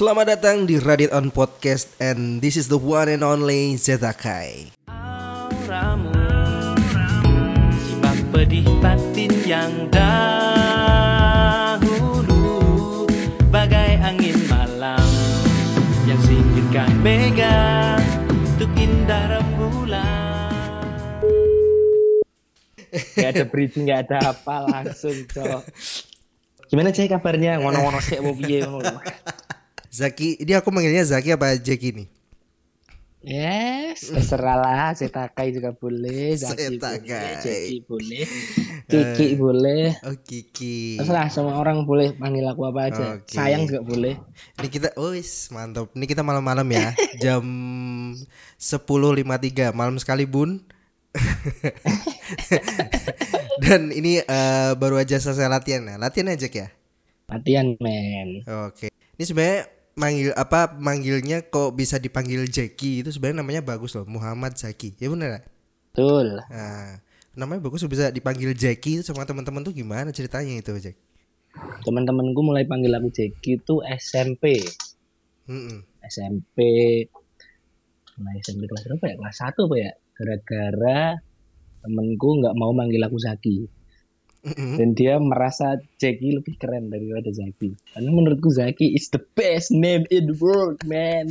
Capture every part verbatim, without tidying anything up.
Selamat datang di Radit On Podcast, and this is the one and only Zeta Kai. Auramu, simak pedih batin yang dahulu, bagai angin malam yang singkirkan bega untuk indah rembulan. Gak ada bridging, gak ada apa, langsung cok. Gimana cek kabarnya? Ngono-ngono sih mau piye ngono. Zaki, ini aku manggilnya Zaki apa Jeki nih? Yes, terserah lah. Zeta Kai juga boleh, Zaki Zeta boleh, Kai. Jeki boleh, Kiki uh, boleh. Oh Kiki. Terserah, semua orang boleh panggil aku apa aja. Okay. Sayang juga boleh. Ini kita, wis mantap. Ini kita malam-malam ya, jam sepuluh lima puluh tiga malam sekali bun. Dan ini uh, baru aja selesai latihan ya. Latihan aja ya. Latihan men. Oke. Okay. Ini sebenarnya manggil apa manggilnya kok bisa dipanggil Jeki, itu sebenarnya namanya bagus loh, Muhammad Zaki. Ya benar. Betul. Nah, namanya bagus bisa dipanggil Jeki itu sama teman-teman tuh gimana ceritanya itu, Jek? Teman-temanku mulai panggil aku Jeki itu S M P. Mm-mm. S M P. Nah, S M P kelas berapa ya? Kelas satu apa ya? Gara-gara temenku nggak mau manggil aku Zaki. Mm-hmm. Dan dia merasa Zaki lebih keren daripada Zaki. Karena menurutku Zaki is the best name in the world, man.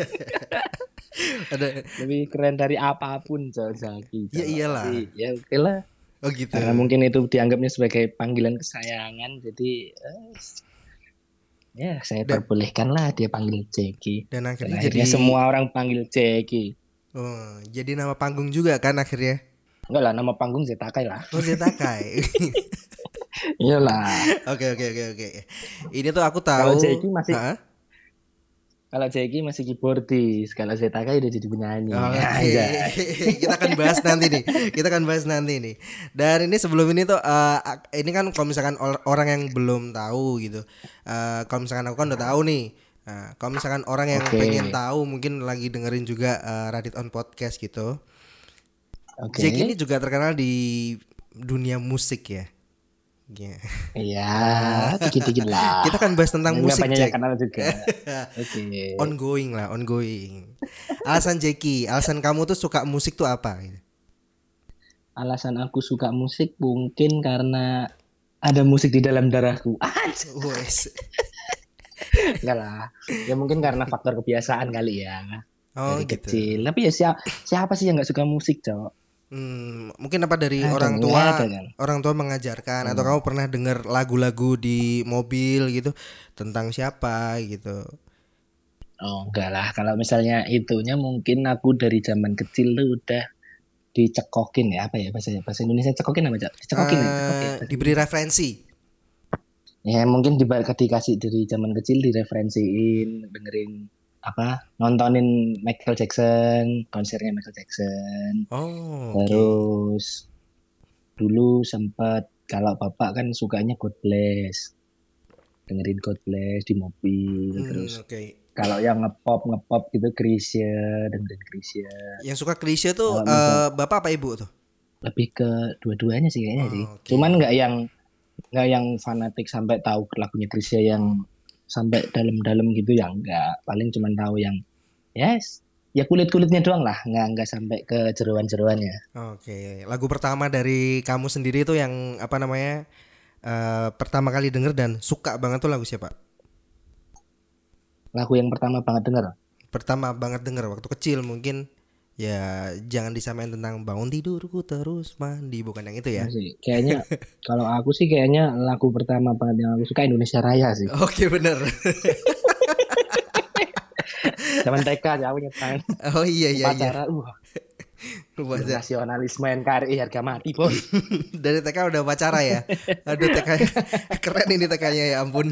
Ada lebih keren dari apapun Zaki. Ya iyalah. Jadi, ya oke okay lah. Oh gitu. Karena mungkin itu dianggapnya sebagai panggilan kesayangan. Jadi eh, ya saya dan, perbolehkan lah dia panggil Zaki. Dan akhirnya, dan akhirnya jadi semua orang panggil Zaki. Oh, jadi nama panggung juga kan akhirnya? Enggak lah, nama panggung Zeta Kai lah. Oh, Zeta Kai. Iyalah. Oke oke oke oke. Ini tuh aku tahu. Kalau Jeki masih ha? Kalau Jeki masih keyboardis, kalau Zeta Kai udah jadi penyanyi. Oh, okay. Kita akan bahas nanti nih. Kita akan bahas nanti nih. Dan ini sebelum ini tuh uh, ini kan kalau misalkan orang yang belum tahu gitu. Uh, kalau misalkan aku kan udah tahu nih. Nah, kalau misalkan orang yang okay. pengen tahu mungkin lagi dengerin juga uh, Radit On Podcast gitu. Okay. Jeki ini juga terkenal di dunia musik ya. Yeah. Iya, dikit-dikit lah. Kita kan bahas tentang musik, Jek. Kenal juga. Oke. Okay. Ongoing lah, ongoing. Alasan Jeki, alasan kamu tuh suka musik tuh apa? Alasan aku suka musik mungkin karena ada musik di dalam darahku. Wes. Enggak lah. Ya mungkin karena faktor kebiasaan kali ya. Oh, dari gitu. Kecil. Tapi ya siapa, siapa sih yang nggak suka musik, Cok? Hmm, mungkin apa dari ada, orang tua, ada, kan? Orang tua mengajarkan hmm. atau kamu pernah dengar lagu-lagu di mobil gitu tentang siapa gitu? Oh, enggak lah. Kalau misalnya itunya mungkin aku dari zaman kecil tuh udah dicekokin ya, apa ya bahasa bahasa Indonesia cekokin apa, Cok? Dicekokin, uh, ya? Cekokin. Diberi referensi. Ya mungkin dikasih dari zaman kecil direferensiin, dengerin apa nontonin Michael Jackson, konsernya Michael Jackson. Oh. Terus okay. Dulu sempat kalau bapak kan sukanya God Bless, dengerin God Bless di mobil. Hmm, terus okay. Kalau yang ngepop ngepop gitu Chrisye, dengerin Chrisye. Yang suka Chrisye tuh uh, bapak apa ibu tuh? Lebih ke dua-duanya sih kayaknya oh, sih. Okay. Cuman nggak yang nggak yang fanatik sampai tahu lagunya Chrisye yang sampai dalam-dalam gitu ya enggak, paling cuma tahu yang yes ya kulit-kulitnya doang lah, enggak enggak sampai ke jeroan-jeroannya. Oke, lagu pertama dari kamu sendiri itu yang apa namanya uh, pertama kali denger dan suka banget tuh lagu siapa? Lagu yang pertama banget denger? Pertama banget denger waktu kecil mungkin. Ya jangan disamain tentang bangun tidurku terus mandi, bukan yang itu ya. Masih, kayaknya kalau aku sih kayaknya lagu pertama banget yang aku suka Indonesia Raya sih. Oke benar. Zaman T K ya aku nyetain. Oh iya iya Upacara, iya. Uh. Nasionalisme N K R I harga mati bos. Dari T K udah upacara ya. Aduh T K keren ini T K-nya ya ampun.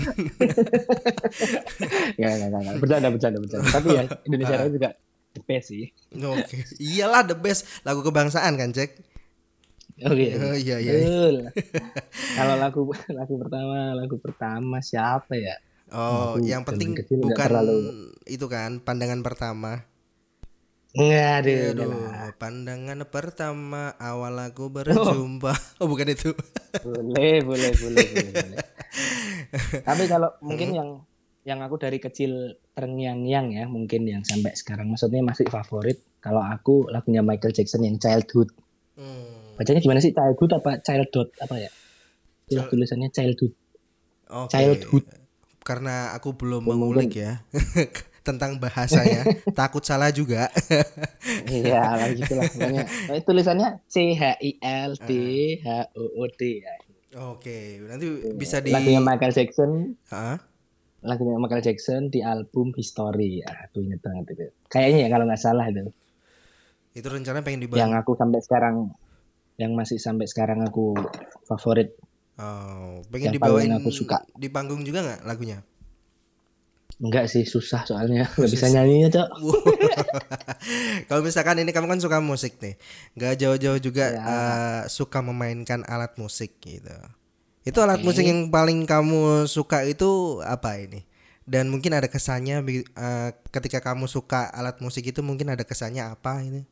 Enggak enggak enggak. Bercanda bercanda bercanda. Tapi ya Indonesia Raya juga the best sih. Oke. Okay. Iyalah the best, lagu kebangsaan kan, Cek? Oke. Okay. Oh iya iya. Kalau lagu lagu pertama, lagu pertama siapa ya? Oh, lagu yang penting bukan terlalu... itu kan pandangan pertama. Enggak deh. Aduh, pandangan pertama awal aku berjumpa. Oh, oh bukan itu. boleh, boleh, boleh, boleh, boleh. Tapi kalau mungkin hmm. yang yang aku dari kecil terngiang-ngiang ya, mungkin yang sampai sekarang maksudnya masih favorit. Kalau aku lagunya Michael Jackson yang Childhood. Hmm. Bacanya gimana sih? Childhood apa Childhood apa ya? Itulah tulisannya Childhood. Okay. Childhood. Karena aku belum mengulik ya tentang bahasanya, takut salah juga. Iya, lah gitulah namanya. Tulisannya C H I L D H O O D ya. Oke, nanti bisa di lagunya Michael Jackson. Heeh. Lagunya Michael Jackson di album History. Ah, aku inget banget itu. Kayaknya ya kalau nggak salah itu. Itu rencana pengen dibangun. Yang aku sampai sekarang, yang masih sampai sekarang aku favorit. Oh, pengen yang dibawain aku suka. Di panggung juga nggak lagunya? Enggak sih, susah soalnya nggak bisa nyanyinya, Cok. Kalau misalkan ini kamu kan suka musik nih, nggak jauh-jauh juga ya. uh, suka memainkan alat musik gitu. Itu okay. Alat musik yang paling kamu suka itu apa ini? Dan mungkin ada kesannya uh, ketika kamu suka alat musik itu mungkin ada kesannya apa ini?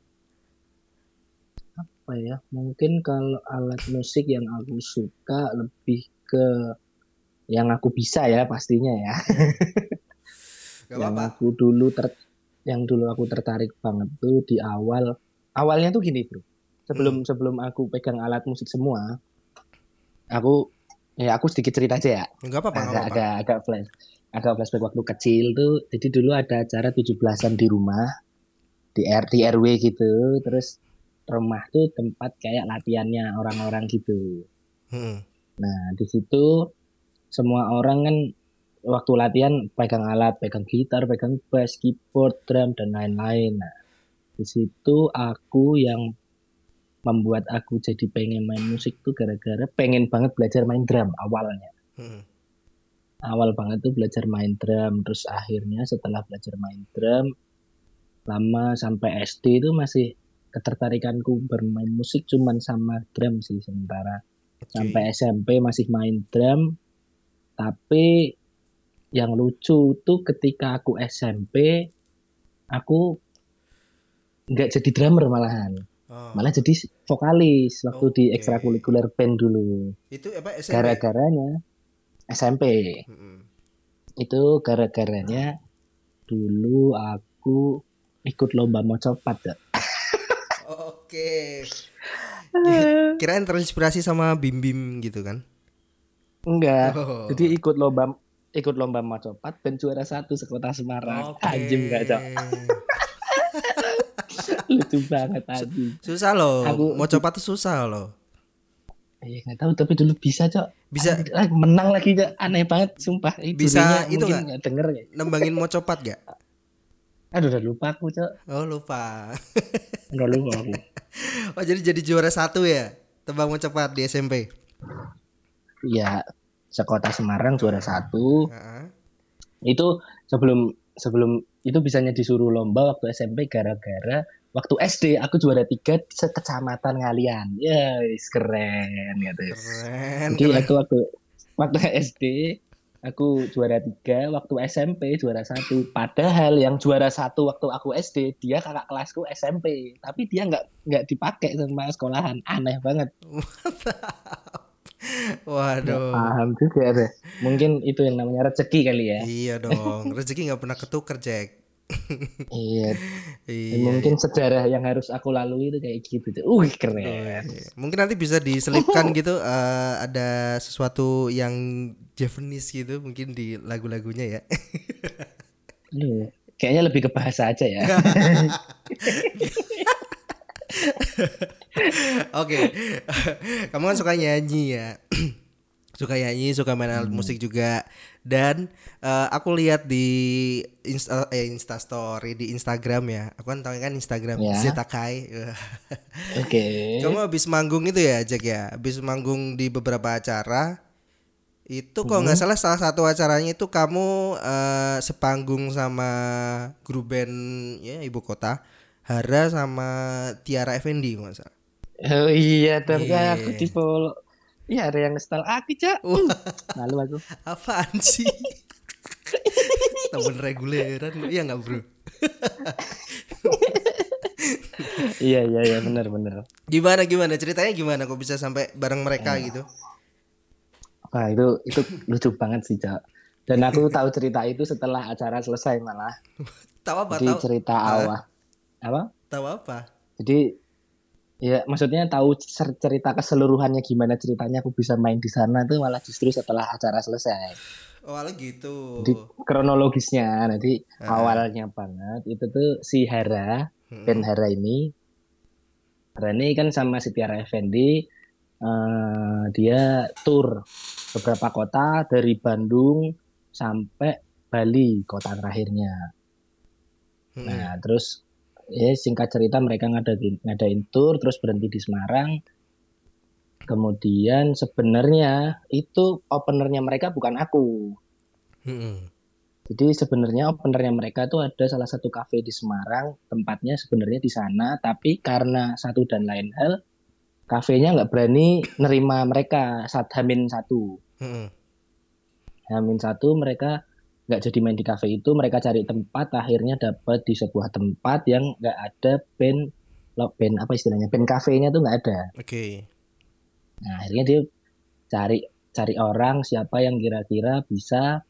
Apa ya? Mungkin kalau alat musik yang aku suka lebih ke yang aku bisa ya pastinya ya. yang apa-apa. aku dulu ter yang dulu aku tertarik banget tuh di awal awalnya tuh gini bro. Sebelum hmm. sebelum aku pegang alat musik semua, aku ya aku sedikit cerita aja ya. Enggak apa-apa, agak, agak agak flash agak flashback waktu kecil tuh. Jadi dulu ada acara tujuh belasan di rumah di R di R W gitu. Terus rumah tuh tempat kayak latihannya orang-orang gitu. Hmm. Nah di situ semua orang kan waktu latihan pegang alat, pegang gitar, pegang bass, keyboard, drum dan lain-lain. Nah di situ aku yang membuat aku jadi pengen main musik tuh gara-gara pengen banget belajar main drum awalnya. Hmm. Awal banget tuh belajar main drum, terus akhirnya setelah belajar main drum lama sampai S D itu masih ketertarikanku bermain musik cuman sama drum sih sementara. Okay. Sampai S M P masih main drum, tapi yang lucu tuh ketika aku S M P aku nggak jadi drummer malahan. Oh. Malah jadi vokalis waktu okay. di ekstrakurikuler band dulu. Itu apa S M P? Gara-garanya S M P. Mm-hmm. Itu gara-garanya dulu aku ikut lomba mocopat ya. Oke. Kirain terinspirasi sama Bim Bim gitu kan? Enggak. Oh. Jadi ikut lomba ikut lomba mocopat dan juara satu sekota Semarang. Okay. Anjing enggak, Cok. Lucu banget tadi. Susah loh. Aku, mau coba tuh susah loh. Iya nggak tahu tapi dulu bisa Cok. Bisa ah, menang lagi Cok. Aneh banget sumpah. Bisa itu nggak denger ya. Nembangin mau copat gak? Aduh udah lupa aku Cok. Oh lupa. Udah lupa aku. Oh jadi jadi juara satu ya tembang mau copat di S M P. Iya sekota Semarang juara satu. Uh-huh. Itu sebelum sebelum itu bisanya disuruh lomba waktu S M P gara-gara waktu S D aku juara tiga sekecamatan Ngalian. Ya, yes, keren gitu. Keren. Jadi aku waktu waktu S D aku juara tiga, waktu S M P juara satu. Padahal yang juara satu waktu aku S D dia kakak kelasku S M P, tapi dia nggak nggak dipakai sama sekolahan. Aneh banget. Waduh. Nggak paham juga deh. Mungkin itu yang namanya rezeki kali ya. Iya dong, rezeki nggak pernah ketuker Jack. Iya. Iya. Mungkin sejarah yang harus aku lalui itu kayak gitu. Uh keren. Iya. Mungkin nanti bisa diselipkan gitu uh, ada sesuatu yang Javanese gitu mungkin di lagu-lagunya ya. Loh, kayaknya lebih ke bahasa aja ya. Oke, kamu kan suka nyanyi ya, suka nyanyi, suka main alat hmm. musik juga, dan uh, aku lihat di Insta, eh, Insta Story di Instagram ya, aku kan tahu kan Instagram ya. Zetakai. Oke. Okay. Kamu habis manggung itu ya, Jack ya, habis manggung di beberapa acara, itu kalau nggak hmm. salah salah satu acaranya itu kamu uh, sepanggung sama grup band ya ibu kota. Hara sama Tiara Effendi nggak salah. Oh iya, tapi yeah. aku di follow. Iya ada yang style aku Cak. Uh, malu aku. Apaan sih? Temen reguleran, iya nggak bro? Iya iya iya benar benar. Gimana gimana ceritanya gimana? Kok bisa sampai bareng mereka ya. Gitu? Wah itu itu lucu banget sih Cak. Dan aku tahu cerita itu setelah acara selesai malah. Tahu apa? Jadi Tahu cerita Hah? awal. Apa? Tahu apa? Jadi ya maksudnya tahu cer- cerita keseluruhannya gimana ceritanya aku bisa main di sana tuh malah justru setelah acara selesai. Oh, ala gitu. Jadi kronologisnya nanti Heeh. awalnya banget itu tuh si Hera, Ben Mm-mm. Hera ini, Hera ini kan sama si Tiara Effendi, eh, dia tour beberapa kota dari Bandung sampai Bali kota terakhirnya. Mm-mm. Nah terus ya singkat cerita mereka ngadain ngadain tour terus berhenti di Semarang. Kemudian sebenarnya itu openernya mereka bukan aku. Mm-mm. Jadi sebenarnya openernya mereka tuh ada salah satu kafe di Semarang, tempatnya sebenarnya di sana, tapi karena satu dan lain hal, kafenya nggak berani nerima mereka saat Hamin satu. Mm-mm. Hamin satu mereka nggak jadi main di kafe itu, mereka cari tempat, akhirnya dapat di sebuah tempat yang nggak ada band, lo- band apa istilahnya, band kafenya tuh nggak ada. Oke. Nah akhirnya dia cari cari orang siapa yang kira-kira bisa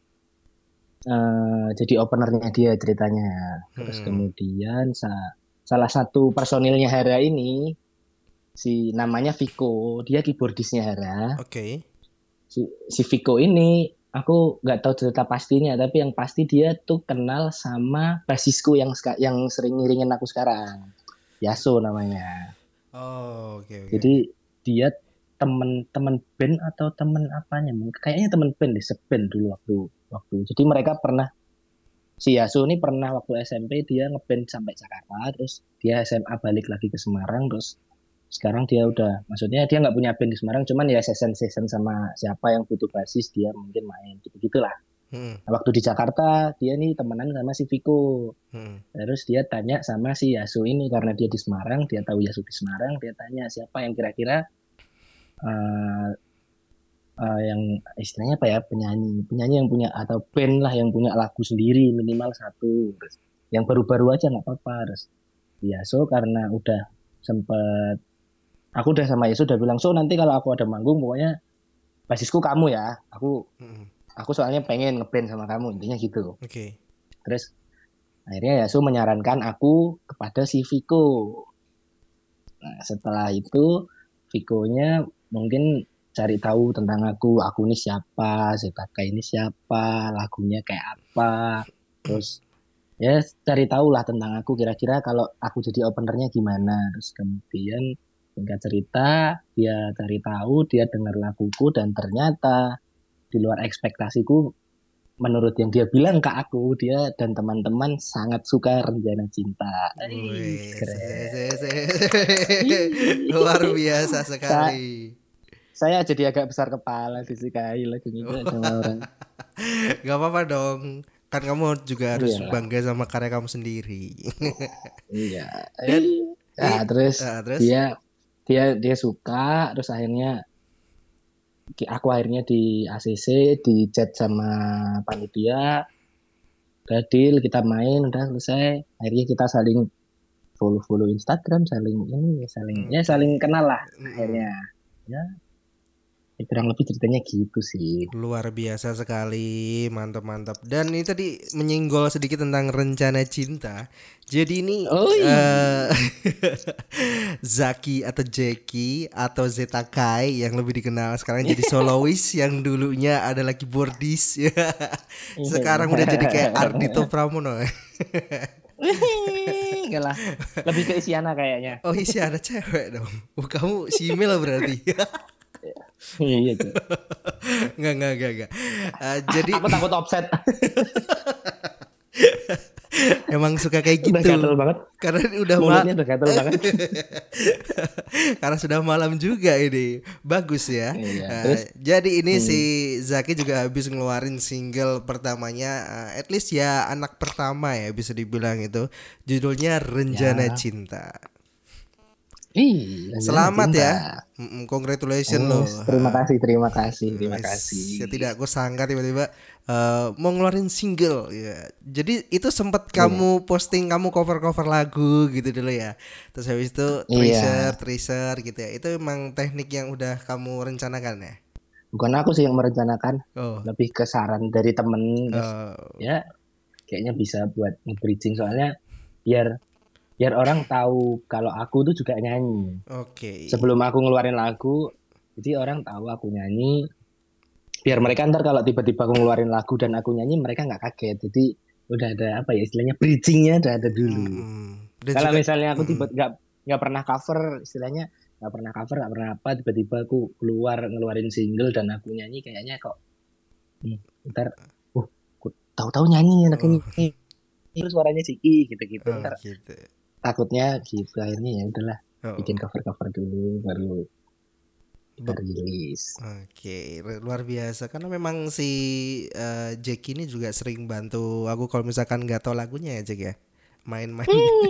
eh, jadi openernya dia ceritanya. Terus Mm-mm. kemudian sa- salah satu personilnya Hera ini si namanya Viko, dia keyboardisnya Hera. Oke. Si, si Viko ini aku nggak tahu cerita pastinya, tapi yang pasti dia tuh kenal sama basisku yang ska- yang sering ngiringin aku sekarang, Yaso namanya. Oh, oke oke Jadi oke. dia temen-temen band atau temen apanya? Kayaknya temen band deh, seband dulu waktu waktu. Jadi mereka pernah si Yasu ini pernah waktu S M P dia ngeband sampai Jakarta, terus dia S M A balik lagi ke Semarang, terus sekarang dia udah, maksudnya dia nggak punya band di Semarang, cuman ya session-session sama siapa yang butuh basis dia mungkin main gitu gitulah. Mm-mm. Nah, waktu di Jakarta dia nih temenan sama si Viko, Mm-mm. terus dia tanya sama si Yasu ini karena dia di Semarang, dia tahu Yasu di Semarang, dia tanya siapa yang kira-kira uh, uh, yang istilahnya apa ya penyanyi penyanyi yang punya atau band lah yang punya lagu sendiri minimal satu, terus yang baru-baru aja nggak apa-apa. Terus ya so karena udah sempet aku udah sama Yesu udah bilang so nanti kalau aku ada manggung pokoknya basisku kamu ya, aku Mm-mm. aku soalnya pengen ngeband sama kamu intinya gitu. Oke. Terus akhirnya Yasu menyarankan aku kepada si Viko. Nah, setelah itu Viko-nya mungkin cari tahu tentang aku, aku ini siapa, Zetaka ini siapa, lagunya kayak apa. Terus ya cari tahu lah tentang aku kira-kira kalau aku jadi openernya gimana. Terus kemudian singkat cerita dia cari tahu, dia dengar laguku dan ternyata di luar ekspektasiku menurut yang dia bilang ke aku, dia dan teman-teman sangat suka Rencana Cinta. Ih, Wih, se- se- keren. se- se- luar biasa Sa- sekali. saya jadi agak besar kepala disukai lagunya itu sama orang. Gak apa-apa dong. Kan kamu juga harus Iya, bangga sama karya kamu sendiri. iya. Dan Eh, i, nah, terus ah, terus dia dia dia suka, terus akhirnya aku akhirnya di A C C, di chat sama panitia, udah deal kita main, udah selesai. Akhirnya kita saling follow-follow Instagram, saling ini, saling ya oke. saling kenal lah Mm-mm. akhirnya. Ya, ya kurang lebih ceritanya gitu sih. Luar biasa sekali, mantap-mantap. Dan ini tadi menyinggol sedikit tentang Rencana Cinta. Jadi ini eh Oi. Zaki atau Jackie atau Zeta Kai yang lebih dikenal sekarang jadi solois yang dulunya adalah keyboardis ya. Sekarang udah jadi kayak Ardhito Pramono. Enggak lah. Lebih ke Isyana kayaknya. Oh isi ada cewek dong. Oh, kamu simil berarti. Iya, Cuk. Nggak nggak nggak nggak. Eh, jadi Aku takut offset. emang suka kayak Udah gitu. gatel banget. Karena udah ma Mulutnya udah gatel banget. karena sudah malam juga ini. Bagus ya. Iya, terus Eh, jadi ini si hmm, Zaki juga habis ngeluarin single pertamanya, eh, at least ya anak pertama ya bisa dibilang itu. Judulnya Rencana ya. Cinta. Ih, Rencana Selamat Cinta. ya. Mm-mm, congratulations Oh, loh. terima Ha. kasih, terima kasih, terima Wes, ya kasih. tidak aku sangka tiba-tiba eh, mau ngeluarin single ya. Jadi itu sempat Iya, kamu posting kamu cover-cover lagu gitu dulu ya. Terus habis itu iya. tracer, tracer gitu ya. Itu emang teknik yang udah kamu rencanakan ya. bukan aku sih yang merencanakan, Oh. lebih ke saran dari temen. Terus, Oh. ya kayaknya bisa buat nge-bridging soalnya biar biar orang tahu kalau aku tuh juga nyanyi. Oke. Sebelum aku ngeluarin lagu, jadi orang tahu aku nyanyi. Biar mereka ntar kalau tiba-tiba aku ngeluarin lagu dan aku nyanyi, mereka nggak kaget. Jadi udah ada apa ya istilahnya bridgingnya udah ada dulu. Mm-mm. Dan Kalau juga misalnya aku mm-mm. tiba nggak nggak pernah cover, istilahnya nggak pernah cover, nggak pernah apa, tiba-tiba aku keluar ngeluarin single dan aku nyanyi, kayaknya kok hmm, ntar, uh, aku tahu-tahu nyanyi anak ini, Oh. terus suaranya si I gitu-gitu. Oh Ntar gitu. takutnya gitu akhirnya ya udahlah Oh. bikin cover-cover dulu baru kita Be- rilis. Oke, luar biasa karena memang si eh, Jack ini juga sering bantu aku kalau misalkan nggak tahu lagunya ya Jack ya. Main-main.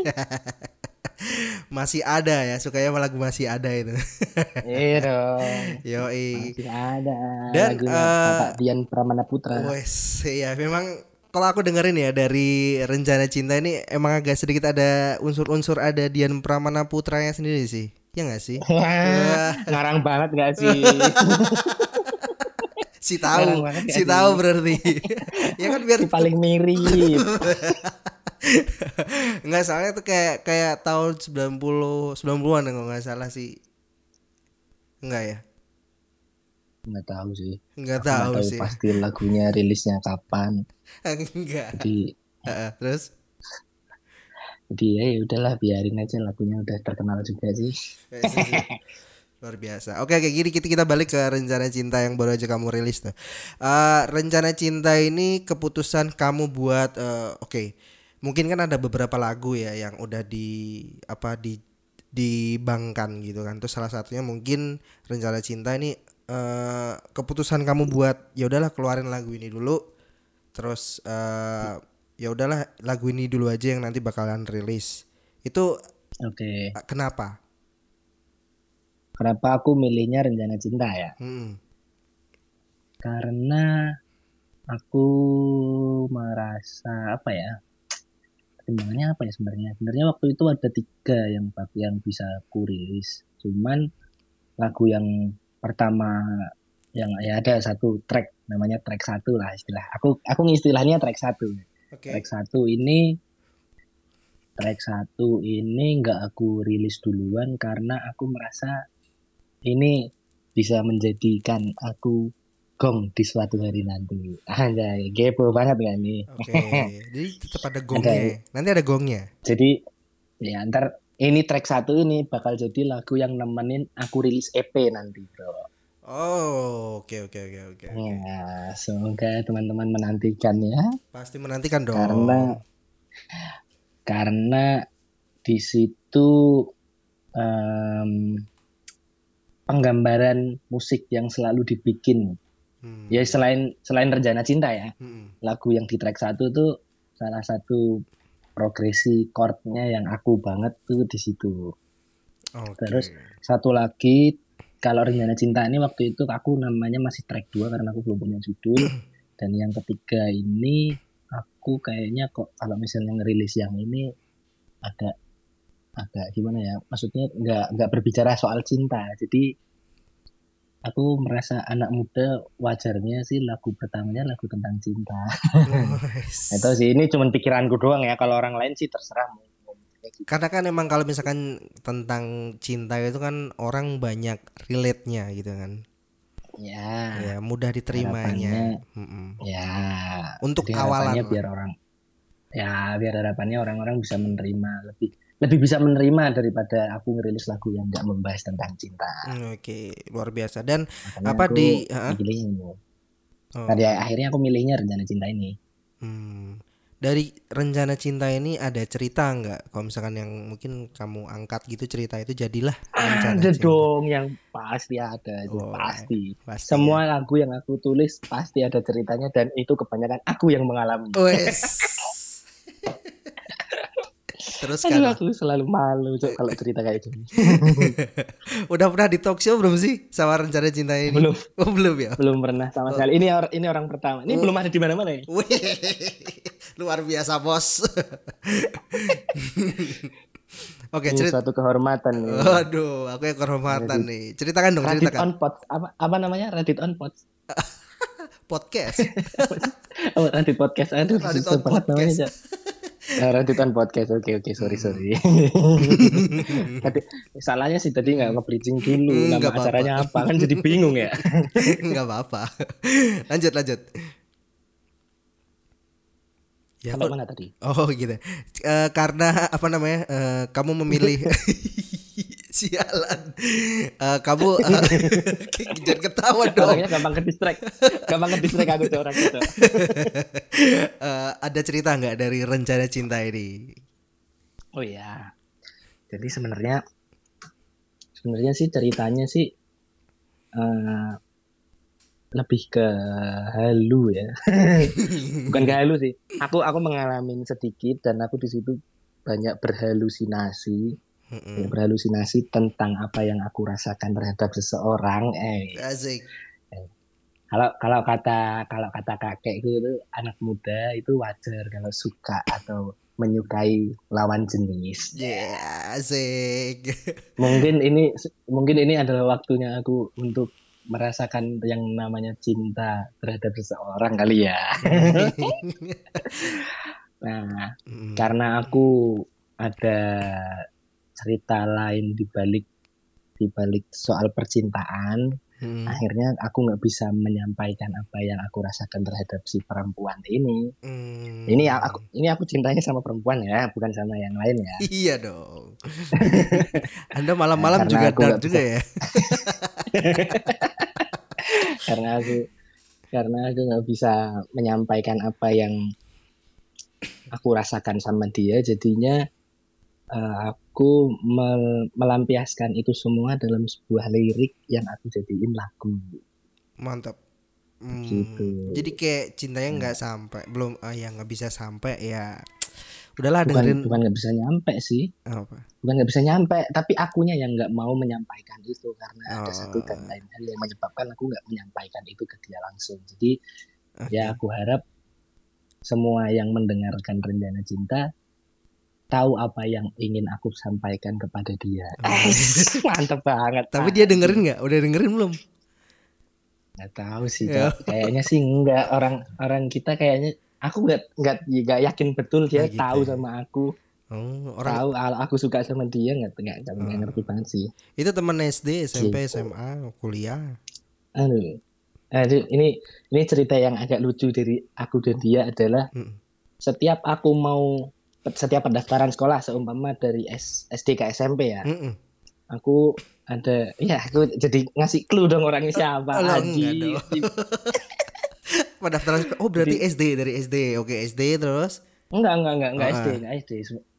Masih ada ya, sukanya sama lagu masih ada itu. Iya dong, Yoi. masih ada Dan lagunya eh Bapak Dian Pramana Putra. wes ya memang kalau aku dengerin ya dari Rencana Cinta ini emang agak sedikit ada unsur-unsur ada Dian Pramana Putranya sendiri sih. Ya nggak sih? Wah, Wah, ngarang banget gak sih? si Ngarang tahu, banget gak si sih? tahu berarti. Ya kan biar Si paling mirip. nggak salahnya tuh kayak kayak tahun sembilan puluh sembilan puluhan kalau nggak salah sih. Enggak ya? Nggak tahu sih. Nggak Aku nggak tahu tahu sih. pasti lagunya rilisnya kapan. Enggak. Jadi, Heeh, terus jadi ya ya udahlah biarin aja lagunya udah terkenal juga sih. Eh, sih, sih. Luar biasa. Oke, kayak gini kita kita balik ke Rencana Cinta yang baru aja kamu rilis tuh. Eh, Rencana Cinta ini keputusan kamu buat eh, oke. Mungkin kan ada beberapa lagu ya yang udah di apa di dibangkan gitu kan. Terus salah satunya mungkin Rencana Cinta ini eh, keputusan kamu buat ya udahlah keluarin lagu ini dulu. Terus eh, ya udahlah lagu ini dulu aja yang nanti bakalan rilis. Itu Oke. eh, kenapa? Kenapa aku milihnya Rencana Cinta ya? Hmm. Karena aku merasa apa ya? Pertimbangannya apa ya sebenarnya? Sebenarnya waktu itu ada tiga yang yang bisa aku rilis. Cuman lagu yang pertama yang ya ada satu track namanya track satu lah istilah. Aku aku istilahnya track satu. Oke. Track satu ini track satu ini nggak aku rilis duluan karena aku merasa ini bisa menjadikan aku gong di suatu hari nanti. Anjay, gepo banget kan nih. Oke, jadi tetap ada gongnya. Ada. ya? Nanti ada gongnya. Jadi ya ntar ini track satu ini bakal jadi lagu yang nemenin aku rilis E P nanti, bro. Oh, oke oke oke oke. oke. Ya, semoga teman-teman menantikan ya. Pasti menantikan dong. Karena karena di situ em, penggambaran musik yang selalu dibikin. Hmm. Ya selain selain Rencana Cinta ya. Hmm. Lagu yang di track satu tuh salah satu progresi chordnya yang aku banget tuh di situ. Oke. Terus satu lagi kalau Rencana Cinta ini waktu itu aku namanya masih track dua karena aku belum punya judul. Dan yang ketiga ini aku kayaknya kok kalau misalnya ngerilis yang ini agak agak gimana ya? Maksudnya nggak nggak berbicara soal cinta. Jadi aku merasa anak muda wajarnya sih lagu pertamanya lagu tentang cinta. Nice. Itu sih ini cuma pikiranku doang ya. Kalau orang lain sih terserah. Karena kan emang kalau misalkan tentang cinta itu kan orang banyak relate-nya gitu kan. Ya. Ya, mudah diterimanya. Harapannya, Mm-mm. ya. Untuk jadi harapannya awalan. biar orang ya biar harapannya orang-orang bisa menerima lebih lebih bisa menerima daripada aku ngerilis lagu yang nggak membahas tentang cinta. Hmm, Oke, luar biasa. Dan Makanya apa aku di uh, milih ini. oh. Nah, ya, akhirnya aku milihnya Rencana Cinta ini. Hmm. Dari Rencana Cinta ini ada cerita nggak? Kalau misalkan yang mungkin kamu angkat gitu cerita itu jadilah Rencana Ada Cinta. dong yang pasti ada, itu Oh, pasti. pasti Semua ya. lagu yang aku tulis pasti ada ceritanya dan itu kebanyakan aku yang mengalami. Wes. Terus Aduh, kan aku selalu malu Cok, kalau cerita kayak gini. udah pernah di talk show belum sih sama Rencana Cinta ini? Belum. Oh, belum ya? Belum pernah sama Oh. sekali. Ini or- ini orang pertama. Ini Oh. belum ada di mana-mana ya. Wih, luar biasa bos. Oke, Ini cerita. suatu kehormatan nih. Waduh, aku yang kehormatan Reddit, nih. Ceritakan dong, Reddit ceritakan. on pod apa apa namanya Reddit on pod Podcast. oh, Reddit podcast aduh Radit susah on banget namanya podcast. Cak. Eh, Reddit on podcast oke oke sorry Mm-mm. sorry tadi salahnya sih tadi nggak nge-bridging dulu nama Nggak apa-apa. acaranya apa kan jadi bingung ya. Nggak apa-apa. Lanjut, lanjut. Ya Sampai kok. mana tadi? Oh gitu. Eh, karena apa namanya? Eh, kamu memilih sialan. Eh, kamu eh, jangan ketawa dong. Orangnya gampang ke distract gampang ke distract aku tuh orang itu. Eh, ada cerita nggak dari rencana cinta ini? Oh ya, jadi sebenarnya sebenarnya sih ceritanya sih eh, lebih ke halu ya. Bukan ke halu sih. Aku aku mengalami sedikit dan aku di situ banyak berhalusinasi, banyak Mm-mm. berhalusinasi tentang apa yang aku rasakan terhadap seseorang. Eh, Asik. eh. kalau kalau kata kalau kata kakekku itu anak muda itu wajar kalau suka atau menyukai lawan jenis. Yeah, asik. Mungkin ini mungkin ini adalah waktunya aku untuk merasakan yang namanya cinta terhadap seseorang kali ya. Nah, Mm. karena aku ada cerita lain di balik di balik soal percintaan, Mm. akhirnya aku nggak bisa menyampaikan apa yang aku rasakan terhadap si perempuan ini. Mm. Ini aku ini aku cintanya sama perempuan ya, bukan sama yang lain ya. Iya dong. Anda Nah, malam-malam karena juga aku dark nggak bisa juga ya. karena aku karena aku nggak bisa menyampaikan apa yang aku rasakan sama dia, jadinya uh, aku mel- melampiaskan itu semua dalam sebuah lirik yang aku jadiin lagu Mantap. gitu. Hmm, jadi kayak cintanya Nah, nggak sampai, belum, ah, ya nggak bisa sampai ya. Udahlah bukan dengerin bukan nggak bisa nyampe sih, apa? bukan nggak bisa nyampe, tapi akunya yang nggak mau menyampaikan itu karena ada satu dan Oh, lain hal yang menyebabkan aku nggak menyampaikan itu ke dia langsung. Jadi ya oke. aku harap semua yang mendengarkan Rencana Cinta tahu apa yang ingin aku sampaikan kepada dia. Oh. Eh, mantep banget. Tapi dia dengerin Anjing. nggak? Udah dengerin belum? Nggak tahu sih, Ya. Cok. Kayaknya sih enggak, orang orang kita kayaknya aku nggak nggak nggak yakin betul Oh dia gitu tahu ya. sama aku, Oh, orang tahu kalau aku suka sama dia nggak nggak nggak nggak oh. ngerti banget sih. Itu teman S D, S M P, Gitu. S M A, kuliah. Aduh. Aduh, ini ini cerita yang agak lucu dari aku dan dia adalah Mm. setiap aku mau setiap pendaftaran sekolah seumpama dari S, SD ke S M P ya, Mm-mm. aku ada ya aku jadi ngasih clue dong orangnya siapa Oh, lo enggak Aji. dong. Pendaftaran sekolah. Oh, berarti Jadi S D, dari S D. Oke, S D terus. enggak enggak enggak Oh, enggak S D ah. enggak S D.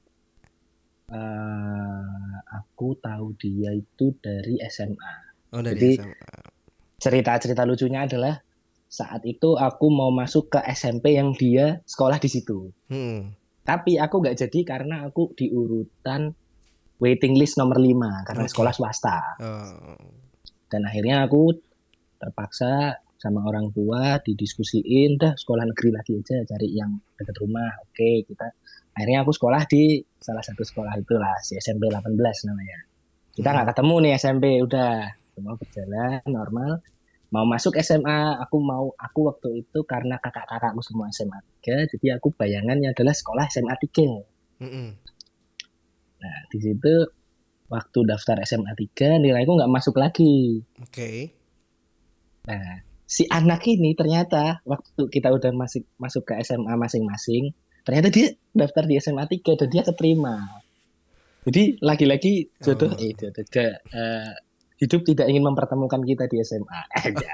Eh, aku tahu dia itu dari S M A. Oh, dari Jadi S M A. cerita-cerita lucunya adalah saat itu aku mau masuk ke S M P yang dia sekolah di situ. Hmm. Tapi aku nggak jadi karena aku di urutan waiting list nomor lima karena Oke. sekolah swasta. Oh. Dan akhirnya aku terpaksa sama orang tua didiskusiin, dah sekolah negeri lagi aja, cari yang dekat rumah. Oke, kita akhirnya aku sekolah di salah satu sekolah itulah, si S M P delapan belas namanya. Kita nggak Hmm. ketemu nih S M P, udah semua berjalan normal. Mau masuk S M A, aku mau aku waktu itu karena kakak-kakakku semua S M A tiga, jadi aku bayangannya adalah sekolah S M A tiga. Mm-mm. Nah, di situ waktu daftar S M A tiga nilaiku nggak masuk lagi. Oke. Nah, si anak ini ternyata waktu kita udah masuk masuk ke S M A masing-masing, ternyata dia daftar di S M A tiga dan dia keterima. Jadi lagi-lagi jodoh Oh. eh jodoh ke eh, hidup tidak ingin mempertemukan kita di S M A. Aja.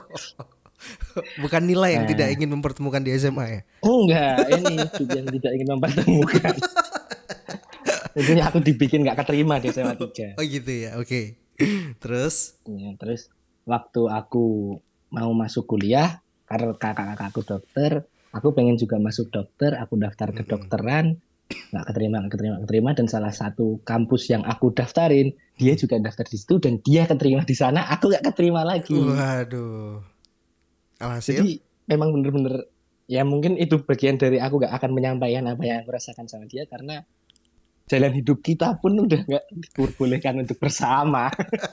Bukan nilai yang tidak Nah, ingin mempertemukan di S M A ya. enggak, ini hidup yang tidak ingin mempertemukan. Jadi aku dibikin nggak keterima di S M A tiga. Oh gitu ya. Oke. Terus Ya, terus waktu aku mau masuk kuliah, karena kakak-kakakku dokter, aku pengen juga masuk dokter, aku daftar ke Mm-mm. dokteran, nggak keterima, nggak keterima, nggak keterima, dan salah satu kampus yang aku daftarin, dia Hmm. juga daftar di situ dan dia keterima di sana, aku nggak keterima lagi. Waduh. Alhasil Jadi memang bener-bener ya mungkin itu bagian dari aku nggak akan menyampaikan apa yang aku rasakan sama dia karena jalan hidup kita pun udah nggak diperbolehkan untuk bersama.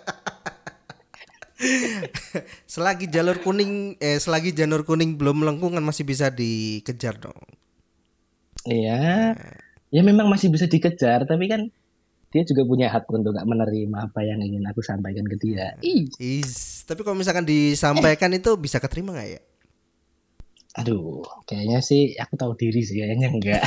Selagi jalur kuning eh selagi janur kuning belum melengkung kan masih bisa dikejar dong. Iya, ya memang masih bisa dikejar, tapi kan dia juga punya hak untuk nggak menerima apa yang ingin aku sampaikan ke dia. Ih, Is, tapi kalau misalkan disampaikan itu bisa keterima nggak ya? aduh, kayaknya sih aku tahu diri sih, kayaknya enggak.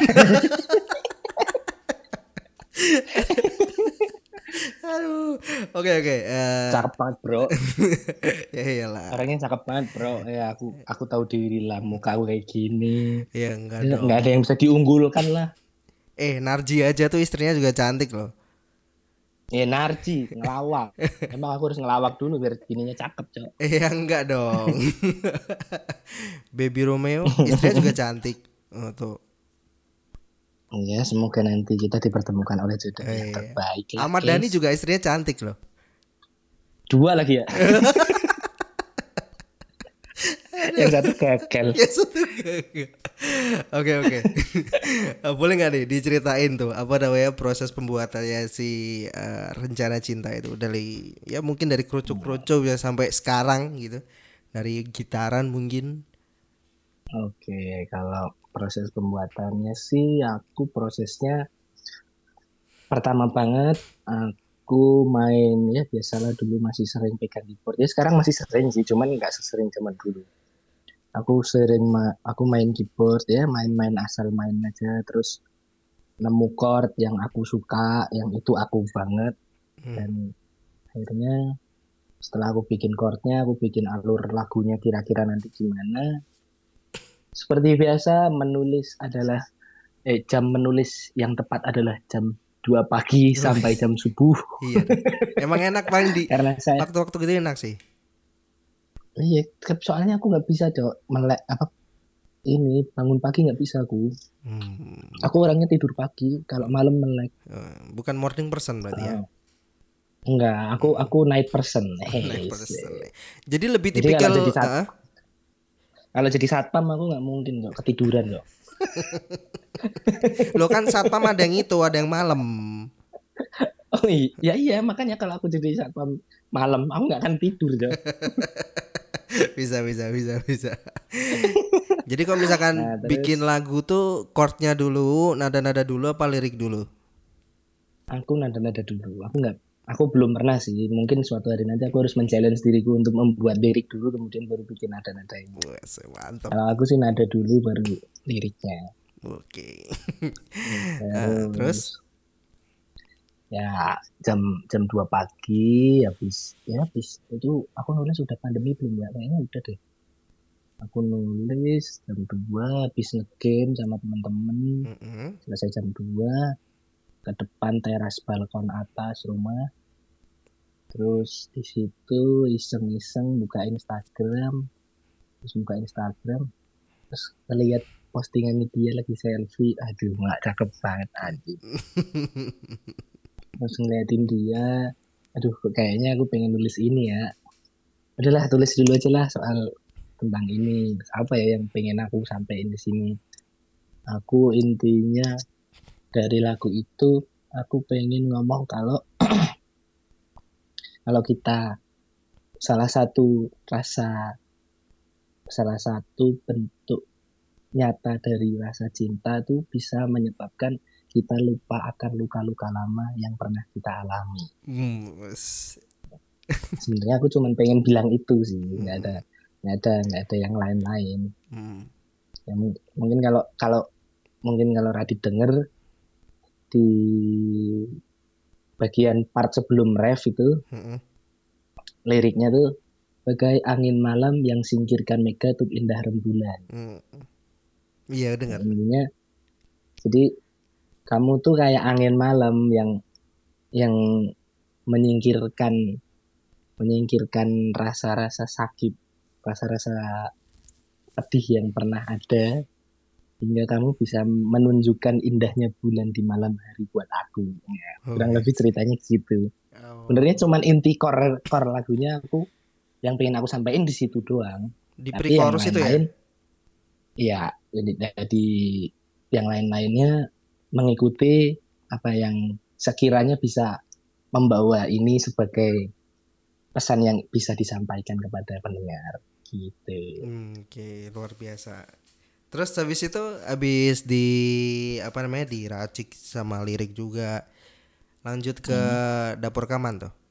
Aduh, oke oke. eh, Cakep banget bro, ya iyalah, orangnya cakep banget bro. Ya aku aku tahu diri lah, muka aku kayak gini. ya enggak Ya, nggak dong. ada yang bisa diunggulkan lah. Eh, Narji aja tuh istrinya juga cantik loh. Ya Narji ngelawak. Emang aku harus ngelawak dulu biar bininya cakep cok. Eh, ya enggak dong. Baby Romeo istrinya juga cantik. Oh, tuh. Ya semoga nanti kita dipertemukan oleh jodoh yang Eh, terbaik lah Ahmad Dhani guys. juga istrinya cantik loh. Dua lagi ya. Yang satu gagal. Ya satu gagal. Oke oke. Eh, Boleh nggak nih diceritain tuh apa namanya proses pembuatannya si eh, Rencana Cinta itu dari ya mungkin dari kerucuk-kerucuk ya sampai sekarang gitu. Dari gitaran mungkin. Oke, kalau proses pembuatannya sih aku prosesnya pertama banget aku main ya biasalah dulu masih sering pegang keyboard. Ya sekarang masih sering sih, cuman nggak sesering zaman dulu. Aku sering ma- aku main keyboard ya, main-main asal main aja terus nemu chord yang aku suka, yang itu aku banget Hmm. dan akhirnya setelah aku bikin chordnya, aku bikin alur lagunya kira-kira nanti gimana. Seperti biasa menulis adalah eh jam menulis yang tepat adalah jam dua pagi sampai jam subuh. Iya. Emang enak paling di Karena saya waktu-waktu gitu enak sih. iya soalnya aku nggak bisa cok melek apa ini bangun pagi nggak bisa aku. Hmm. Aku orangnya tidur pagi, kalau malam melek. Eh, Bukan morning person berarti ya. Uh, enggak, aku aku night person. Night Hey, person. Jadi lebih jadi kalau tipikal jadi sat uh, kalau jadi satpam aku nggak mungkin kok ketiduran kok. lo kan satpam ada yang itu, ada yang malam. Oh iya, iya makanya kalau aku jadi satpam malam aku nggak akan tidur kok. Bisa bisa bisa bisa. Jadi kalau misalkan Nah bikin terus lagu tuh chordnya dulu, nada-nada dulu apa lirik dulu? aku nada-nada dulu. Aku nggak, aku belum pernah sih. Mungkin suatu hari nanti aku harus men-challenge diriku untuk membuat lirik dulu, kemudian baru bikin nada-nada ini. Wes, mantap. Kalau aku sih nada dulu baru liriknya. Oke. Ah, Terus terus ya jam jam dua pagi habis ya habis itu aku nulis udah pandemi belum ya? Kayaknya udah deh. Aku nulis jam dua habis nge-game sama teman-teman. mm-mm. Selesai jam dua ke depan teras balkon atas rumah. Terus di situ iseng-iseng buka Instagram, terus buka Instagram, terus ngeliat postingan dia lagi selfie, aduh nggak cakep banget anjing. Terus ngeliatin dia, aduh kok kayaknya aku pengen nulis ini ya. Udahlah tulis dulu aja lah soal tentang ini. Apa ya yang pengen aku sampaikan di sini? Aku intinya dari lagu itu aku pengen ngomong kalau kalau kita salah satu rasa salah satu bentuk nyata dari rasa cinta itu bisa menyebabkan kita lupa akan luka-luka lama yang pernah kita alami. Hmm, wes. Sebenarnya aku cuma pengen bilang itu sih, nggak ada nggak ada nggak ada yang lain-lain. Hmm. Ya, mungkin kalau kalau mungkin kalau Radit denger di bagian part sebelum ref itu Mm-mm. liriknya tuh bagai angin malam yang singkirkan mega untuk indah rembulan. Mm. Iya dengar. Intinya jadi kamu tuh kayak angin malam yang yang menyingkirkan menyingkirkan rasa-rasa sakit, rasa-rasa pedih yang pernah ada hingga kamu bisa menunjukkan indahnya bulan di malam hari buat aku. Ya, kurang lebih ceritanya gitu. Oh. Sebenarnya cuman inti core core lagunya aku yang pengen aku sampaikan di situ doang. Di Tapi yang pre-chorus itu ya? lain-lain ya jadi, jadi yang lain-lainnya mengikuti apa yang sekiranya bisa membawa ini sebagai pesan yang bisa disampaikan kepada pendengar gitu. Hmm, oke, okay, luar biasa. Terus habis itu habis di apa namanya diracik sama lirik juga, lanjut ke hmm. dapur rekaman tuh.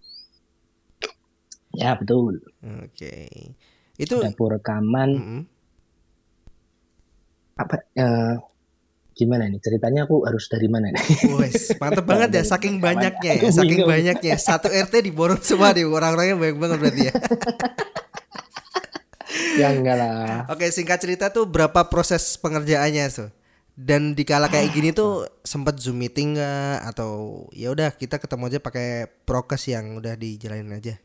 Ya betul. Oke, okay. Itu dapur rekaman. Mm-hmm. Apa? Uh, gimana nih ceritanya? Aku harus dari mana nih? Wes, mantep banget ya, saking banyaknya ya, saking banyaknya. Satu R T diborong semua nih, orang-orangnya banyak banget berarti ya. Ya enggak lah. Oke, singkat cerita tuh berapa proses pengerjaannya tuh? Dan dikala kayak gini tuh sempat Zoom meeting nggak atau ya udah kita ketemu aja pakai prokes yang udah dijalanin aja?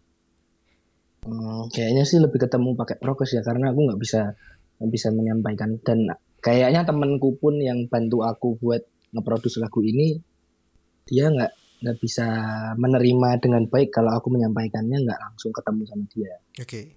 Hmm, kayaknya sih lebih ketemu pakai prokes ya, karena aku nggak bisa nggak bisa menyampaikan, dan kayaknya temanku pun yang bantu aku buat ngeproduksi lagu ini dia nggak nggak bisa menerima dengan baik kalau aku menyampaikannya nggak langsung ketemu sama dia. Oke. Okay.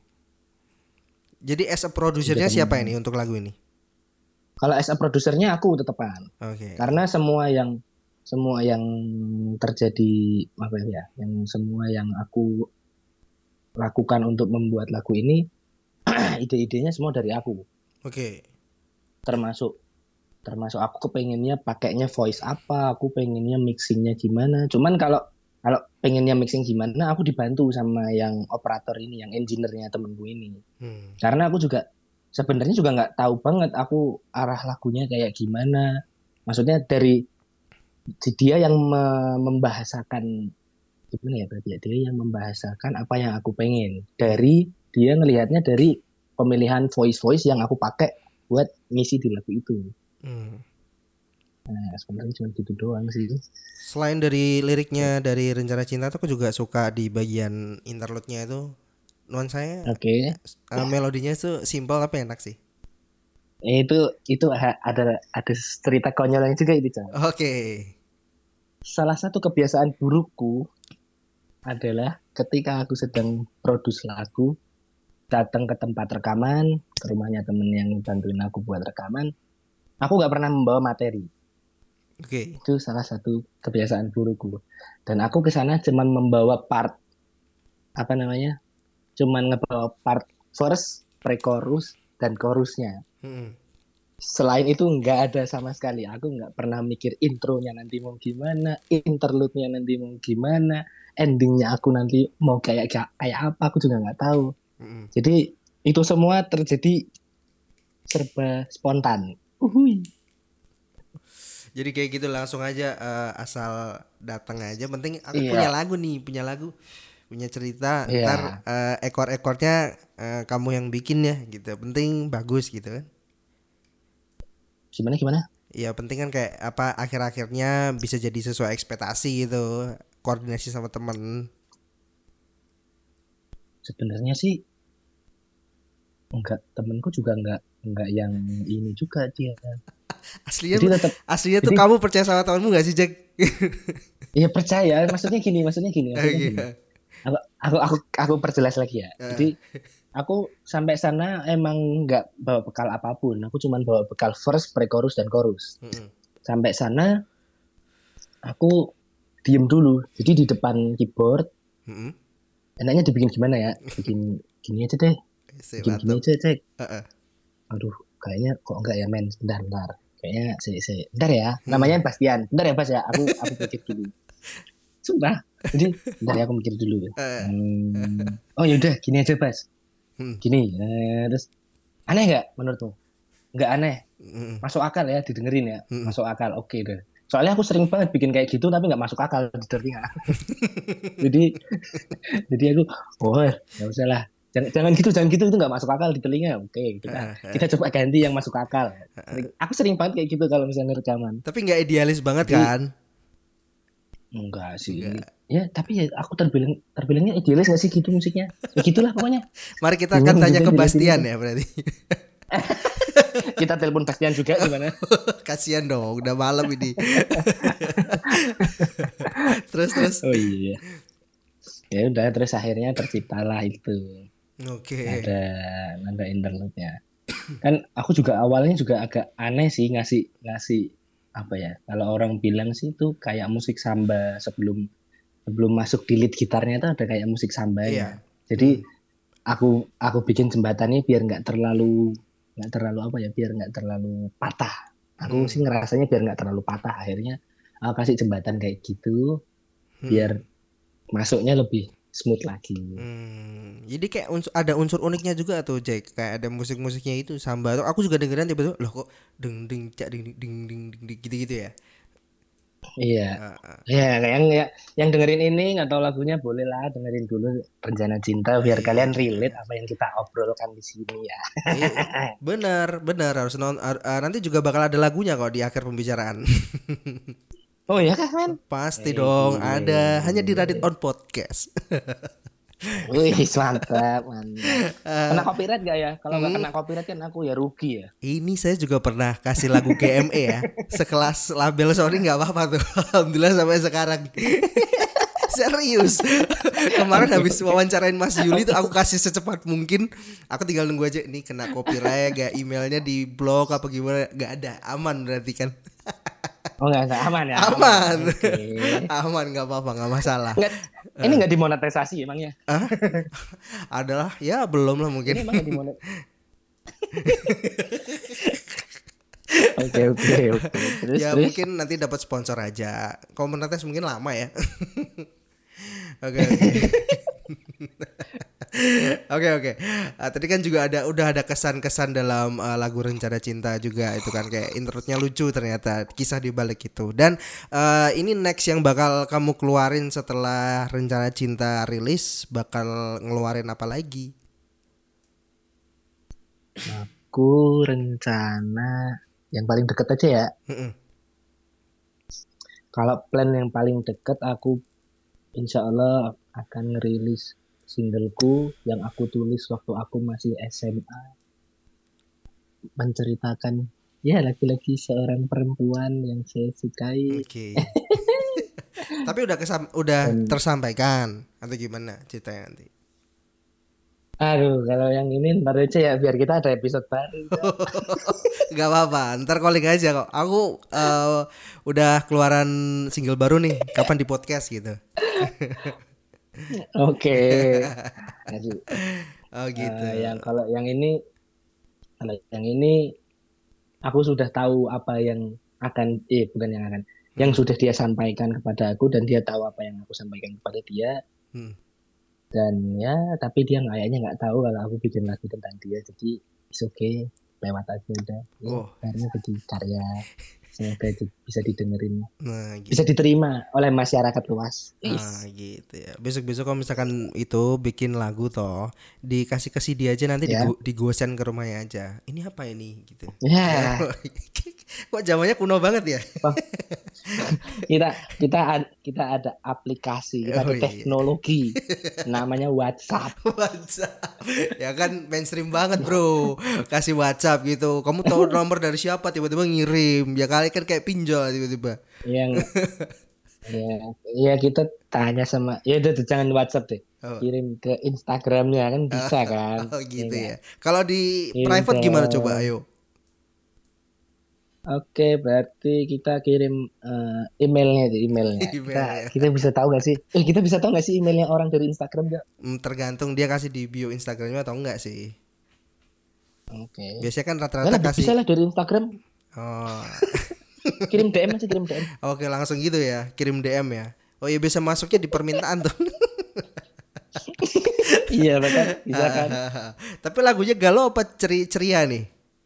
Jadi as a produsernya siapa ini untuk lagu ini? Kalau as a produsernya aku tetepan. Oke. Okay. Karena semua yang semua yang terjadi apa ya, yang semua yang aku lakukan untuk membuat lagu ini ide-idenya semua dari aku. Oke. Okay. Termasuk termasuk aku kepengennya pakainya voice apa, aku pengennya mixingnya gimana. Cuman kalau kalau pengennya mixing gimana, aku dibantu sama yang operator ini, yang engineer-nya temenku ini. Hmm. Karena aku juga sebenarnya juga nggak tahu banget aku arah lagunya kayak gimana. Maksudnya dari dia yang me- membahasakan gimana ya berarti ya, dia yang membahasakan apa yang aku pengen. Dari dia ngelihatnya dari pemilihan voice-voice yang aku pakai buat ngisi di lagu itu. Hmm. Nah, sebenarnya cuma gitu doang sih. Selain dari liriknya dari Rencana Cinta tuh aku juga suka di bagian interlude-nya itu nuansanya. Oke. Okay. Uh, melodinya tuh simple tapi enak sih. Itu itu ada ada cerita konyolnya juga itu, Cang. Oke. Okay. Salah satu kebiasaan burukku adalah ketika aku sedang produce lagu, datang ke tempat rekaman, ke rumahnya temen yang bantuin aku buat rekaman, aku nggak pernah membawa materi. Oke. Okay. Itu salah satu kebiasaan burukku. Dan aku ke sana cuman membawa part apa namanya? Cuman ngebawa part verse, pre-chorus dan chorusnya. Hmm. Selain itu nggak ada sama sekali. Aku nggak pernah mikir intronya nanti mau gimana, interlude-nya nanti mau gimana, endingnya aku nanti mau kayak kayak apa, aku juga nggak tahu. Hmm. Jadi itu semua terjadi serba spontan. Uhuy. Jadi kayak gitu langsung aja uh, asal datang aja. Penting aku iya. punya lagu nih, punya lagu, punya cerita. Iya. Ntar uh, ekor-ekornya uh, kamu yang bikin ya, gitu. Penting bagus gitu kan? Gimana gimana? Ya penting kan kayak apa akhir-akhirnya bisa jadi sesuai ekspektasi gitu. Koordinasi sama temen. Sebenarnya sih enggak, temenku juga enggak enggak yang ini juga dia. Aslinya tetap, aslinya tuh jadi, kamu percaya sama temanmu gak sih, Jack? Iya percaya, maksudnya gini, maksudnya gini, maksudnya gini. Aku, aku aku aku perjelas lagi ya. Uh. Jadi aku sampai sana emang nggak bawa bekal apapun. Aku cuma bawa bekal verse, pre-chorus dan chorus. Mm-hmm. Sampai sana aku diem dulu. Jadi di depan keyboard. Mm-hmm. Enaknya dibikin gimana ya? Bikin gini aja deh. Bikin gini aja, Cek. Uh-uh. Aduh, kayaknya kok enggak ya, men. Bentar, bentar. Kayaknya si si bentar ya. Namanya Bastian. Bentar ya, Bas ya. Aku aku pikir dulu. Sumpah. Jadi bentar ya, aku mikir dulu. Hmm. Oh yaudah, gini aja, Bas. Gini. Eh, terus aneh nggak menurutmu? Nggak aneh. Masuk akal ya, didengerin ya. Masuk akal. Oke deh. Soalnya aku sering banget bikin kayak gitu tapi nggak masuk akal di telinga. jadi jadi aku, oh nggak usah lah. Jangan, jangan gitu, jangan gitu, itu nggak masuk akal di telinga. Oke, kita kita coba ganti yang masuk akal. Aku sering banget kayak gitu kalau misalnya rekaman. Tapi nggak idealis banget. Jadi, kan? Enggak sih. Enggak. Ya, tapi ya aku terbilang terbilangnya idealis nggak sih gitu musiknya? Ya gitulah pokoknya. Mari kita akan tanya ke Bastian ya berarti. Kita telepon Bastian juga gimana? Kasian dong, udah malam ini. terus terus. Oh iya. Ya udah, terus akhirnya terciptalah itu. Oke. Okay. Ada nada interlude-nya. Kan aku juga awalnya juga agak aneh sih ngasih ngasih apa ya? Kalau orang bilang sih itu kayak musik samba sebelum sebelum masuk di lead gitarnya itu ada kayak musik sambanya. Iya. Jadi Hmm. aku aku bikin jembatannya biar nggak terlalu nggak terlalu apa ya? Biar nggak terlalu patah. Aku Hmm. sih ngerasanya biar nggak terlalu patah. Akhirnya aku kasih jembatan kayak gitu Hmm. biar masuknya lebih smooth lagi. Hmm, jadi kayak unsur, ada unsur uniknya juga tuh Jack, kayak ada musik-musiknya itu samba tuh aku juga dengeran tiba-tiba loh kok deng deng cak ding ding ding ding ding gitu-gitu ya. Iya, Ah, ah. ya yang ya, yang dengerin ini nggak tahu lagunya boleh lah dengerin dulu Rencana Cinta biar kalian relate Iya. apa yang kita obrolkan di sini ya. Iya, benar, benar harus non ar- ah, nanti juga bakal ada lagunya kok di akhir pembicaraan. Oh ya kah men? Pasti Eh dong, gile. ada hanya di Radit on Podcast. Wih mantap mantap. Kena Eh, copyright gak ya? Kalau nggak hmm, kena copyright kan aku ya rugi ya. ini saya juga pernah kasih lagu G M E ya, sekelas label sorry nggak apa-apa tuh. Alhamdulillah sampai sekarang. Serius. Kemarin habis wawancarain Mas Yuli tuh aku kasih secepat mungkin. Aku tinggal nunggu aja ini kena copyright gak, emailnya di blok apa gimana. Gak ada, aman berarti kan. Oh nggak nggak aman ya aman. Aman. Oke. Aman nggak apa-apa, nggak masalah. Nggak, ini nggak dimonetisasi emangnya? Ah, adalah ya belum lah mungkin. Ini emang nggak dimonetisasi? Oke oke oke. Terus Ya terus. mungkin nanti dapat sponsor aja. Komunitas mungkin lama ya. Oke oke. Oke oke. Ah, tadi kan juga ada udah ada kesan-kesan dalam uh, lagu Rencana Cinta juga itu kan kayak intronya lucu ternyata kisah di balik itu. Dan uh, ini next yang bakal kamu keluarin setelah Rencana Cinta rilis bakal ngeluarin apa lagi? Aku rencana yang paling deket aja ya. Mm-mm. Kalau plan yang paling deket aku insya Allah akan ngerilis singleku yang aku tulis waktu aku masih S M A menceritakan ya lagi-lagi seorang perempuan yang saya sukai Oke. Tapi udah kesam udah dan tersampaikan atau gimana ceritanya nanti? aduh kalau yang ini ntar aja ya biar kita ada episode baru. Gak apa-apa, ntar calling aja kok. Aku uh, udah keluaran single baru nih. Kapan di podcast gitu? Oke. Aduh, Oh gitu. eh, yang kalau yang ini kalau yang ini aku sudah tahu apa yang akan eh bukan yang akan yang Hmm. sudah dia sampaikan kepada aku dan dia tahu apa yang aku sampaikan kepada dia Hmm. dan ya tapi dia kayaknya nggak tahu kalau aku bikin lagu tentang dia jadi it's okay lewat aja udah ya Oh, karena jadi karya semoga di- bisa didengerin nah bisa gitu. diterima oleh masyarakat luas. Ah Is. gitu ya. Besok-besok kalau misalkan itu bikin lagu toh, dikasih ke C D aja nanti Ya digo digosen ke rumahnya aja. Ini apa ini gitu. Ya. ya Kok zamannya kuno banget ya? Bang, kita kita ad- kita ada aplikasi kita Oh ada iya. teknologi namanya WhatsApp. WhatsApp ya kan mainstream banget bro, kasih WhatsApp gitu, kamu tahu nomor dari siapa tiba-tiba ngirim ya kali kan kayak pinjol tiba-tiba. yang ya, ya kita tanya sama ya udah tuh, jangan WhatsApp deh Oh, kirim ke Instagramnya kan bisa kan oh ya gitu kan ya, kalau di kirim private ke gimana coba ayo. oke berarti kita kirim eh, emailnya di emailnya kita Email ya. kita bisa tahu nggak sih eh kita bisa tahu nggak sih emailnya orang dari Instagram ya Hmm, tergantung dia kasih di bio Instagramnya atau enggak sih, oke biasanya kan ya rata-rata lah bisa kasih. lah dari Instagram Oh. kirim D M aja kirim D M. Oke langsung gitu ya, kirim D M ya. Oh iya bisa masuknya di permintaan tuh. Iya betul bisa kan. Tapi lagunya galau apa ceri ceria nih?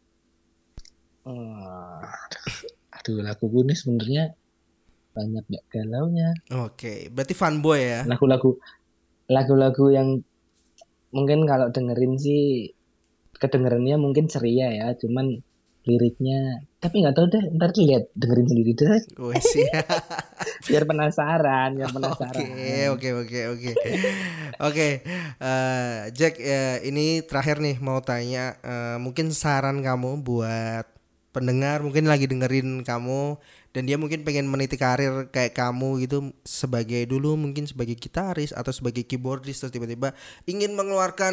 Oh, aduh laguku ini sebenarnya banyak gak galaunya Oke, berarti fanboy ya. lagu-lagu lagu-lagu yang mungkin kalau dengerin sih kedengerannya mungkin ceria ya cuman liriknya tapi nggak tahu deh ntar lihat dengerin sendiri deh Gue sih. biar penasaran biar Oke, penasaran. oke, oke, oke. Oke, eh, Jack, eh, ini terakhir nih mau tanya, eh, mungkin saran kamu buat pendengar mungkin lagi dengerin kamu dan dia mungkin pengen meniti karir kayak kamu gitu sebagai dulu mungkin sebagai gitaris atau sebagai keyboardis terus tiba-tiba ingin mengeluarkan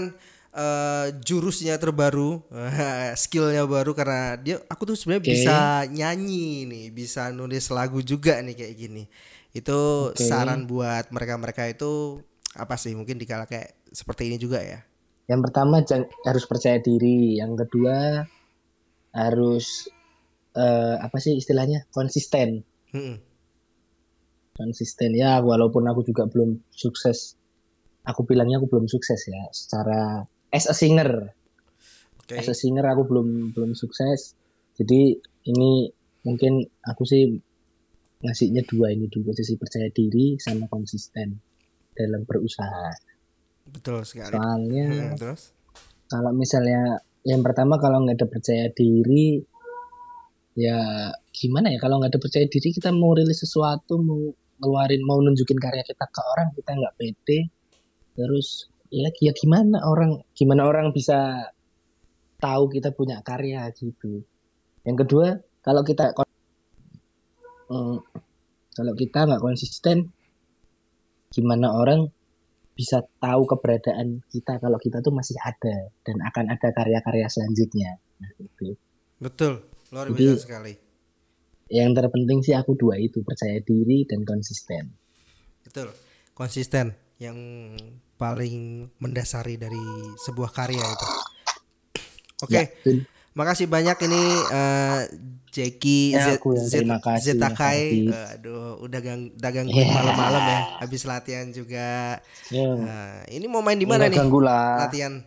uh, jurusnya terbaru, skillnya baru karena dia aku tuh sebenarnya okay. bisa nyanyi nih, bisa nulis lagu juga nih kayak gini. Itu okay. saran buat mereka-mereka itu apa sih? Mungkin dikala kayak seperti ini juga ya. Yang pertama jang, harus percaya diri, yang kedua harus uh, apa sih istilahnya konsisten. Hmm. Konsisten ya, walaupun aku juga belum sukses. Aku bilangnya aku belum sukses ya secara as a singer. Okay. As a singer aku belum belum sukses. Jadi ini mungkin aku sih ngasihnya dua ini dua sisi percaya diri sama konsisten dalam berusaha. Betul sekali. Soalnya hmm, terus kalau misalnya yang pertama kalau nggak ada percaya diri ya gimana ya, kalau nggak ada percaya diri kita mau rilis sesuatu, mau ngeluarin, mau nunjukin karya kita ke orang kita nggak pede. Terus ya, ya gimana orang gimana orang bisa tahu kita punya karya gitu. Yang kedua kalau kita hmm, kalau kita nggak konsisten, gimana orang bisa tahu keberadaan kita kalau kita tuh masih ada dan akan ada karya-karya selanjutnya. Nah, gitu. Betul, luar biasa sekali. Yang terpenting sih aku dua itu, percaya diri dan konsisten. Betul, konsisten yang paling mendasari dari sebuah karya itu. Oke, okay. Ya, makasih banyak ini uh, Jeki ya, Zetakai. Uh, aduh, udah gang, udah gangguin yeah. malam-malam ya, habis latihan juga. Yeah. Uh, ini mau main di mana nih? Latihan?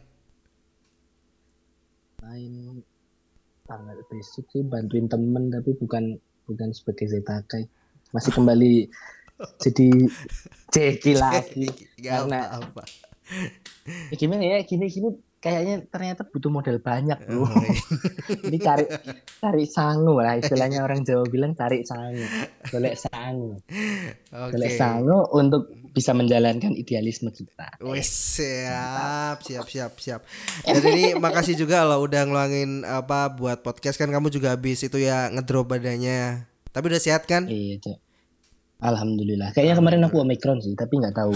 Main tanggal besok sih, bantuin temen tapi bukan bukan sebagai Zetakai. Masih kembali jadi Jeki lagi. Karena apa? Ya gimana ya, gini-gini kayaknya ternyata butuh modal banyak loh. Oh, iya. Ini cari cari sangu lah istilahnya, orang Jawa bilang cari sangu, golek sangu, okay. golek sangu untuk bisa menjalankan idealisme kita. Wes siap, siap, siap, siap. Dan ini makasih juga lo udah ngeluangin apa buat podcast, kan kamu juga habis itu ya ngedrop badannya. Tapi udah sehat kan? Iya, Cok. Alhamdulillah. Kayaknya kemarin aku Omicron sih, tapi nggak tahu.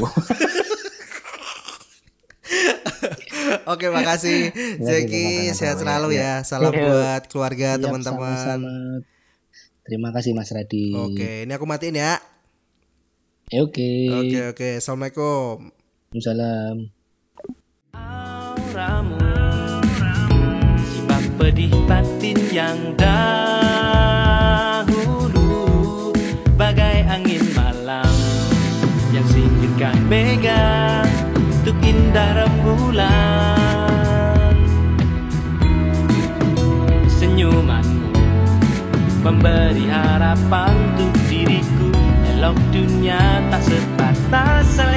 Oke, makasih Jeki, sehat selalu ya. Salam ya. Buat keluarga, siap, teman-teman. Sama-sama. Terima kasih Mas Radi. Oke, ini aku matiin ya. Ya, oke. Oke, oke. Assalamualaikum. Waalaikumsalam. Auramu, simak pedih batin yang dahulu, bagai angin malam yang singkirkan mega untuk indah rembulan. Senyumanmu memberi harapan untuk diriku, elok dunia tak sebatas